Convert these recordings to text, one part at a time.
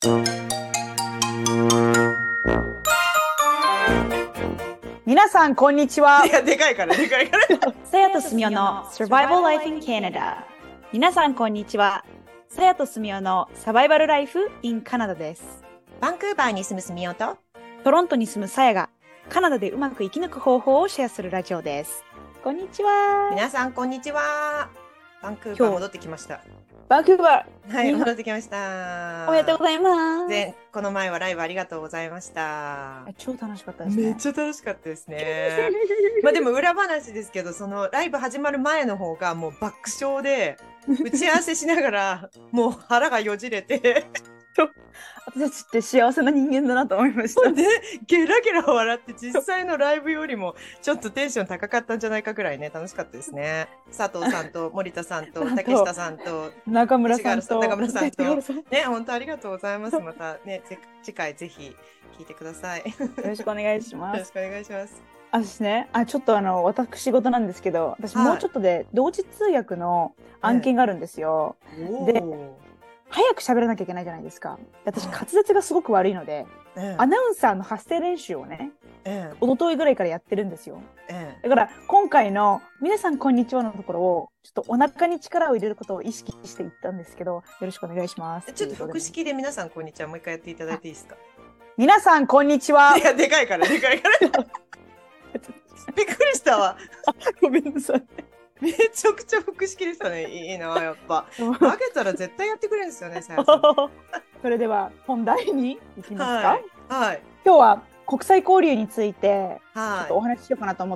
皆さんこんにちは。 いや、でかいから。 さやとすみおの Survival Life in Canada。皆さんこんにちは。さやとすみおのサバイバルライフ in カナダです。 バンクーバーに住むすみおとトロントに住むさやがカナダでうまく生き抜く方法をシェアするラジオです。こんにちは。 皆さんこんにちは。バンクーバー戻ってきました。 バンクーバー、はい、戻ってきました。 おめでとうございます。 この前はライブありがとうございました。 超楽しかったですね。 めっちゃ楽しかったですね。まあでも裏話ですけど、そのライブ始まる前の方がもう爆笑で打ち合わせしながらもう腹がよじれて私たちって幸せな人間だなと思いました。 でゲラゲラ笑って実際のライブよりもちょっとテンション高かったんじゃないかぐらいね、楽しかったですね。佐藤さんと森田さんと竹下さんと中村さんとね、本当ありがとうございます。またね、次回ぜひ聞いてください。よろしくお願いします。 よろしくお願いします。 私ね、ちょっと私事なんですけど、私もうちょっとで同時通訳の案件があるんですよ。で、早く喋らなきゃいけないじゃないですか。私滑舌がすごく悪いので、アナウンサーの発声練習をね、一昨日ぐらいからやってるんですよ。だから今回の皆さんこんにちはのところをちょっとお腹に力を入れることを意識して言ったんですけど、よろしくお願いします。 ちょっと複式で皆さんこんにちはもう一回やっていただいていいですか？ 皆さんこんにちは。 いや、でかいからびっくりしたわ。 ごめんなさい。 めちゃくちゃ複式でしたね。いいな、やっぱ。負けたら絶対やってくれるんですよね、さやさん。 それでは本題に行きますか。 はい。 今日は国際交流についてちょっとお話ししようかなと思って、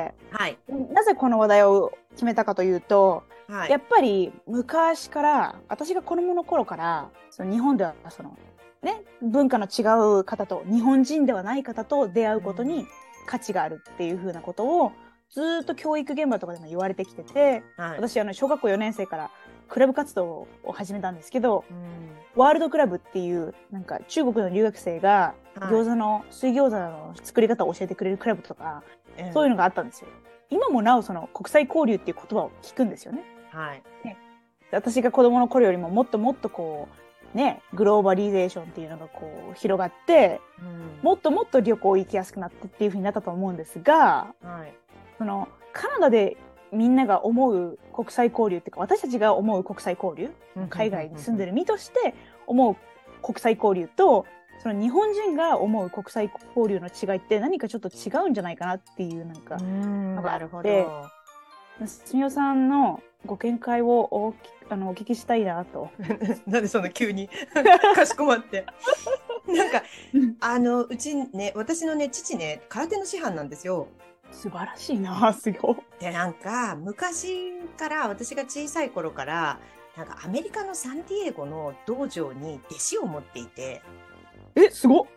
なぜこの話題を決めたかというと、やっぱり昔から私が子供の頃からその日本ではそのね、文化の違う方と日本人ではない方と出会うことに価値があるっていう風なことをずっと教育現場とかでも言われてきてて、私小学校4年生からクラブ活動を始めたんですけど、ワールドクラブっていうなんか中国の留学生が水餃子の作り方を教えてくれるクラブとか、そういうのがあったんですよ。今もなおその国際交流っていう言葉を聞くんですよね。私が子供の頃よりももっともっとこうね、グローバリゼーションっていうのがこう広がって、もっともっと旅行行きやすくなってっていう風になったと思うんですが、そのカナダでみんなが思う国際交流っていうか、私たちが思う国際交流、海外に住んでる身として思う国際交流と、その日本人が思う国際交流の違いって何かちょっと違うんじゃないかなっていうなんかのがあって、すみおさんのご見解をお聞きしたいなと。 なんでそんな急にかしこまってなんかうちね、私のね父ね空手の師範なんですよ。 素晴らしいな、すごい。 でなんか昔から私が小さい頃からなんかアメリカのサンディエゴの道場に弟子を持っていて、 すごっ、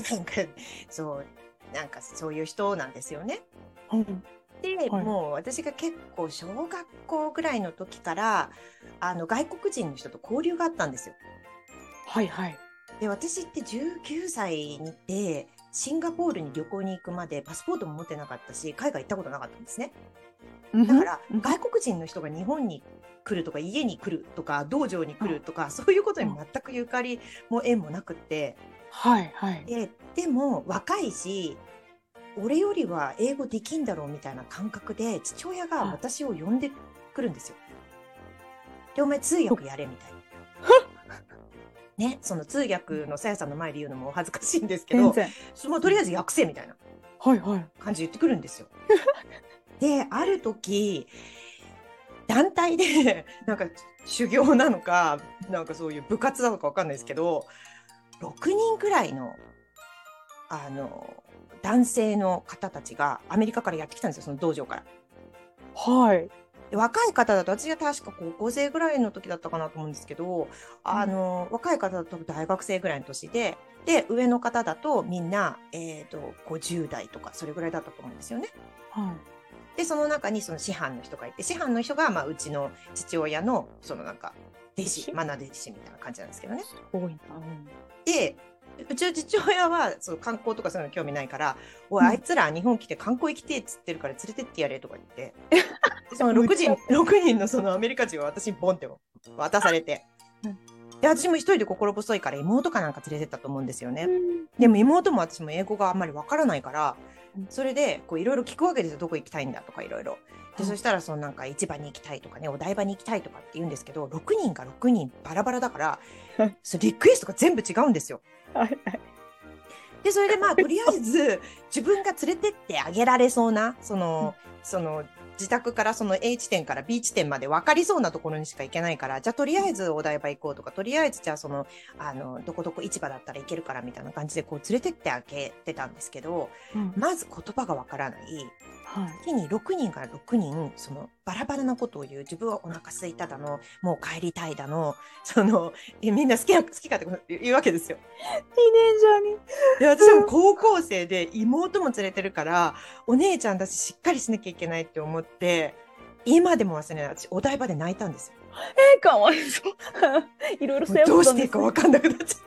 なんかそういう人なんですよね。で、もう私が結構小学校ぐらいの時から外国人の人と交流があったんですよ。で私って19歳にてシンガポールに旅行に行くまでパスポートも持ってなかったし、海外行ったことなかったんですね。だから外国人の人が日本に来るとか家に来るとか道場に来るとかそういうことに全くゆかりも縁もなくって、でも若いし俺よりは英語できんだろうみたいな感覚で父親が私を呼んでくるんですよ。でお前通訳やれみたいなね、その通訳のさやさんの前で言うのも恥ずかしいんですけど、とりあえず訳せみたいな感じで言ってくるんですよ。である時団体でなんか修行なのかなんかそういう部活なのか分かんないですけど、6人くらいの男性の方たちがアメリカからやってきたんですよ、その道場から。で若い方だと、私は確か高校生ぐらいの時だったかなと思うんですけど、若い方だと大学生ぐらいの年で、上の方だとみんな、50代とかそれぐらいだったと思うんですよね。でその中にその師範の人がいて、師範の人がうちの父親のそのなんか弟子、愛弟子みたいな感じなんですけどね。でうちの父親はその観光とかそういうの興味ないから、おいあいつら日本来て観光行きてえっつってるから連れてってやれとか言ってその6人のそのアメリカ人は私にボンって渡されて、 で、私も一人で心細いから妹かなんか連れてったと思うんですよね。でも妹も私も英語があんまりわからないから、それでいろいろ聞くわけですよ。どこ行きたいんだとかいろいろ。で、そしたらなんか市場に行きたいとかね、お台場に行きたいとかって言うんですけど、6人が6人バラバラだから、リクエストが全部違うんですよ。で、それでとりあえず自分が連れてってあげられそうな、自宅からA 地点から B 地点まで分かりそうなところにしか行けないから、じゃあとりあえずお台場行こうとか、とりあえずじゃあどこどこ市場だったら行けるからみたいな感じで連れてってあげてたんですけど、まず言葉が分からない。月に6人から6人、バラバラなことを言う。自分はお腹空いただの、もう帰りたいだの、みんな好きかって言うわけですよ。 ティーネイジャーに。 で、私も高校生で妹も連れてるから、お姉ちゃんだししっかりしなきゃいけないって思って、今でも忘れない。私、お台場で泣いたんですよ。 かわいそう。いろいろどうしていいか分かんなくなっちゃって。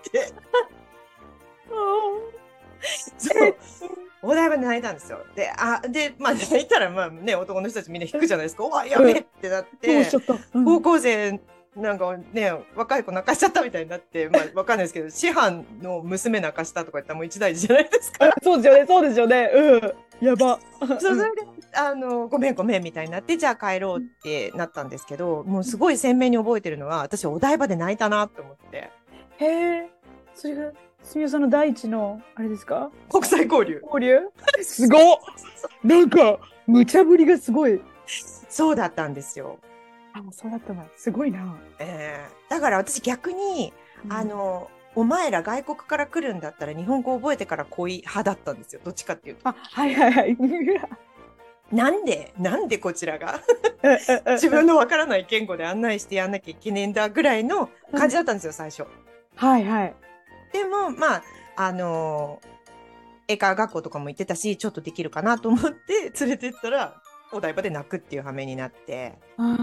そう。お台場で泣いたんですよ。で、泣いたら、男の人たちみんな引くじゃないですか。おわ、やべってなって、高校生、なんかね、若い子泣かしちゃったみたいになって、わかんないですけど、師範の娘泣かしたとか言ったらもう一大事じゃないですか。 そうですよね。やば。 それで、ごめんみたいになって、じゃあ帰ろうってなったんですけど、もうすごい鮮明に覚えてるのは、私お台場で泣いたなって思って。 へえ、それが、すみおさんの第一の、あれですか？ 国際交流。 すごっなんか、無茶ぶりがすごい。 そうだったんですよ。 そうだったな。すごいな。 だから私逆に、お前ら外国から来るんだったら日本語覚えてから来い派だったんですよ。どっちかっていうと。 はいはいはい。 なんでこちらが自分のわからない言語で案内してやんなきゃいけねえんだぐらいの感じだったんですよ、最初。 はいはい。 でも、英会話学校とかも行ってたし、ちょっとできるかなと思って連れてったら、お台場で泣くっていう羽目になって。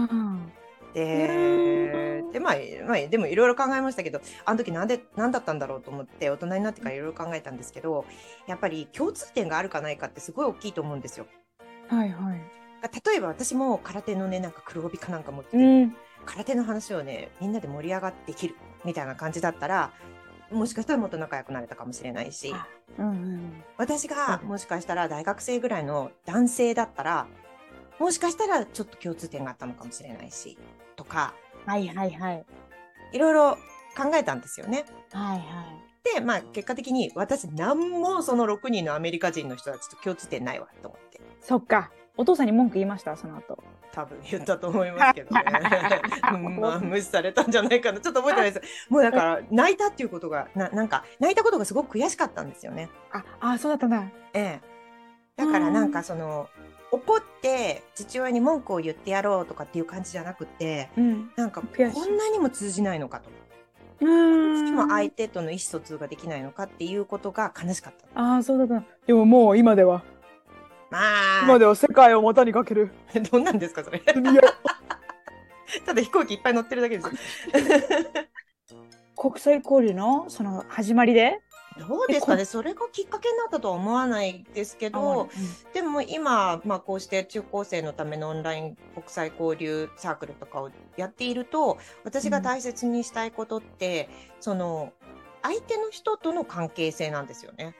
で、でもいろいろ考えましたけど、あの時何だったんだろうと思って大人になってからいろいろ考えたんですけど、やっぱり共通点があるかないかってすごい大きいと思うんですよ。 はいはい。 例えば私も空手のね、なんか黒帯かなんか持ってて、空手の話をね、みんなで盛り上がってできるみたいな感じだったら、もしかしたらもっと仲良くなれたかもしれないし、私がもしかしたら大学生ぐらいの男性だったら、もしかしたらちょっと共通点があったのかもしれないし、とか。いろいろ考えたんですよね。で、結果的に私何もその6人のアメリカ人の人たちと共通点ないわと思って。 そっか。お父さんに文句言いましたその後。 多分言ったと思いますけどね。無視されたんじゃないかな。ちょっと覚えてないです。もうだから泣いたっていうことがなんか泣いたことがすごく悔しかったんですよね。 そうだったな。 だからなんか怒って父親に文句を言ってやろうとかっていう感じじゃなくて、なんかこんなにも通じないのかと。しかも相手との意思疎通ができないのかっていうことが悲しかった。 そうだった。でももう今では。今では世界を股にかける。 どんなんですかそれ。ただ飛行機いっぱい乗ってるだけです。 国際交流のその始まりでどうですかね、それがきっかけになったとは思わないですけど、でも今、こうして中高生のためのオンライン国際交流サークルとかをやっていると、私が大切にしたいことって、相手の人との関係性なんですよね。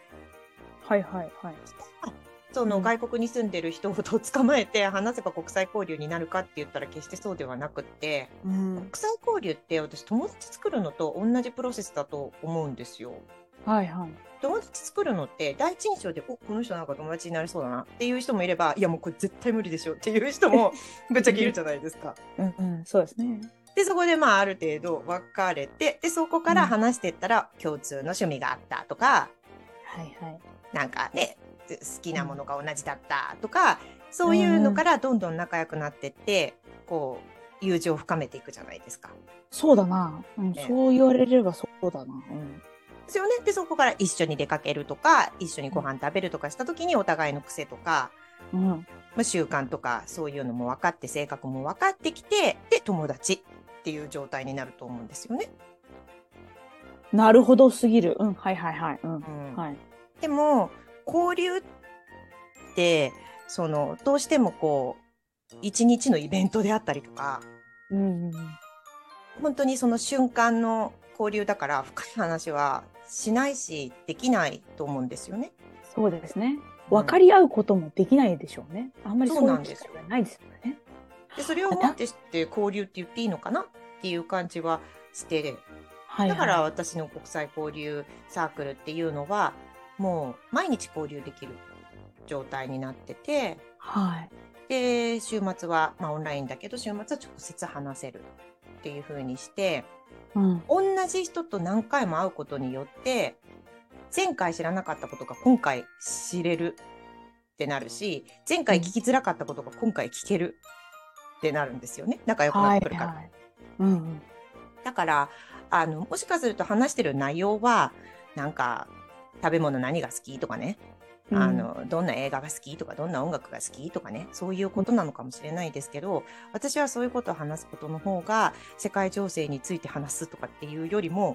外国に住んでる人を捕まえて話せば国際交流になるかって言ったら決してそうではなくって、国際交流って私友達作るのと同じプロセスだと思うんですよ。友達作るのって第一印象でこの人なんか友達になりそうだなっていう人もいれば、いやもうこれ絶対無理でしょっていう人もぶっちゃけいるじゃないですか。 そうですね。 でそこである程度分かれて、でそこから話していったら共通の趣味があったとか、なんかね好きなものが同じだったとか、そういうのからどんどん仲良くなってってこう友情を深めていくじゃないですか。 そうだな、そう言われればそうだな。 ですよね。でそこから一緒に出かけるとか一緒にご飯食べるとかした時にお互いの癖とか、習慣とかそういうのも分かって性格も分かってきて、で友達っていう状態になると思うんですよね。 なるほどすぎる。 でも交流ってどうしてもこう一日のイベントであったりとか、 本当にその瞬間の交流だから深い話はしないしできないと思うんですよね。 そうですね。分かり合うこともできないでしょうね。あんまりそういう機会がないですよね。 でそれをもってして交流って言っていいのかなっていう感じはして、だから私の国際交流サークルっていうのはもう毎日交流できる状態になってて、 はい、 で週末は、オンラインだけど週末は直接話せるっていう風にして、同じ人と何回も会うことによって前回知らなかったことが今回知れるってなるし、前回聞きづらかったことが今回聞けるってなるんですよね。仲良くなってくるから。だからもしかすると話してる内容はなんか食べ物何が好きとかね、どんな映画が好きとかどんな音楽が好きとかね、そういうことなのかもしれないですけど、私はそういうことを話すことの方が世界情勢について話すとかっていうよりも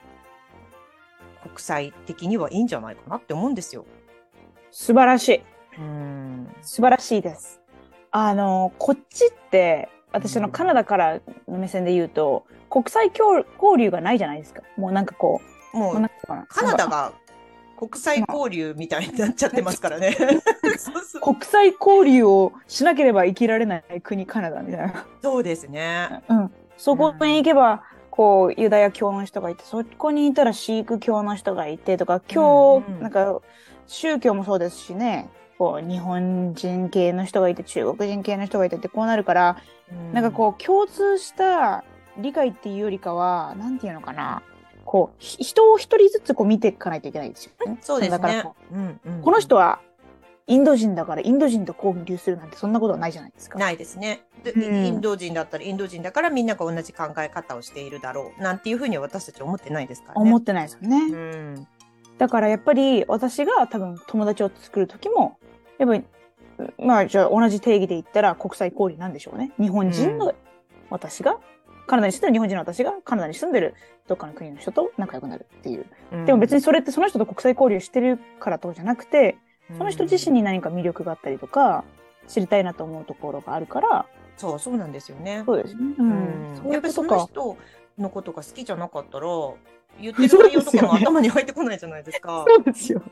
国際的にはいいんじゃないかなって思うんですよ。 素晴らしい。素晴らしいです。こっちって私のカナダからの目線で言うと国際交流がないじゃないですか。もうなんかこう、もうカナダが国際交流みたいになっちゃってますからね。 国際交流をしなければ生きられない国カナダみたいな。 そうですね。 そこに行けばこうユダヤ教の人がいて、そこにいたらシーク教の人がいてとか、なんか宗教もそうですしね、こう日本人系の人がいて中国人系の人がいてってこうなるから、なんかこう共通した理解っていうよりかはなんていうのかな、こう人を一人ずつこう見ていかないといけないですよね。 そうですね。だからこの人はインド人だからインド人と交流するなんてそんなことはないじゃないですか。 ないですね。インド人だったらインド人だからみんなが同じ考え方をしているだろうなんていうふうには私たち思ってないですからね。 思ってないですよね。だからやっぱり私が多分友達を作る時もやっぱりじゃあ同じ定義で言ったら国際交流なんでしょうね。日本人の私が、カナダに住んでる日本人の私がカナダに住んでるどっかの国の人と仲良くなるっていう。でも別にそれってその人と国際交流してるからとかじゃなくて、その人自身に何か魅力があったりとか知りたいなと思うところがあるから。 そうなんですよね。 そうですね。 やっぱりその人のことが好きじゃなかったら言ってる内容とかも頭に入ってこないじゃないですか。 そうですよ。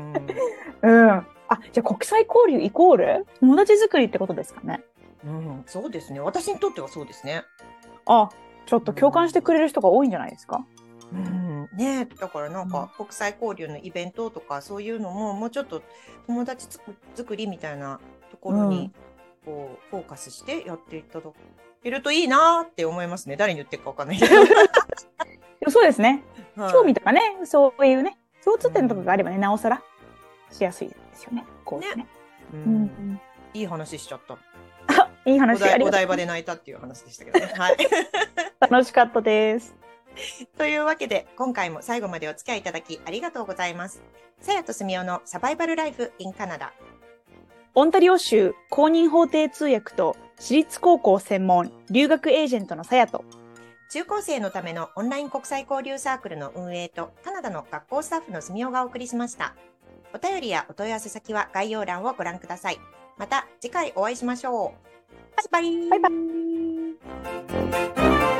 じゃあ国際交流イコール友達作りってことですかね。 そうですね。私にとってはそうですね。 ちょっと共感してくれる人が多いんじゃないですか。 ね、だからなんか国際交流のイベントとかそういうのももうちょっと友達作りみたいなところにこうフォーカスしてやっていただけるといいなって思いますね。誰に言ってるかわかんないけど。 そうですね。興味とかね、そういうね、共通点とかがあればね、なおさらしやすいですよね。こうね。 いい話しちゃった。 いい話。 お台場で泣いたっていう話でしたけどね。はい。 楽しかったです。 というわけで今回も最後までお付き合いいただきありがとうございます。さやとすみおのサバイバルライフ in カナダ。 オンタリオ州公認法廷通訳と私立高校専門留学エージェントのさやと、 中高生のためのオンライン国際交流サークルの運営とカナダの学校スタッフのすみおがお送りしました。お便りやお問い合わせ先は概要欄をご覧ください。また次回お会いしましょう。バイバイ。 バイバイ。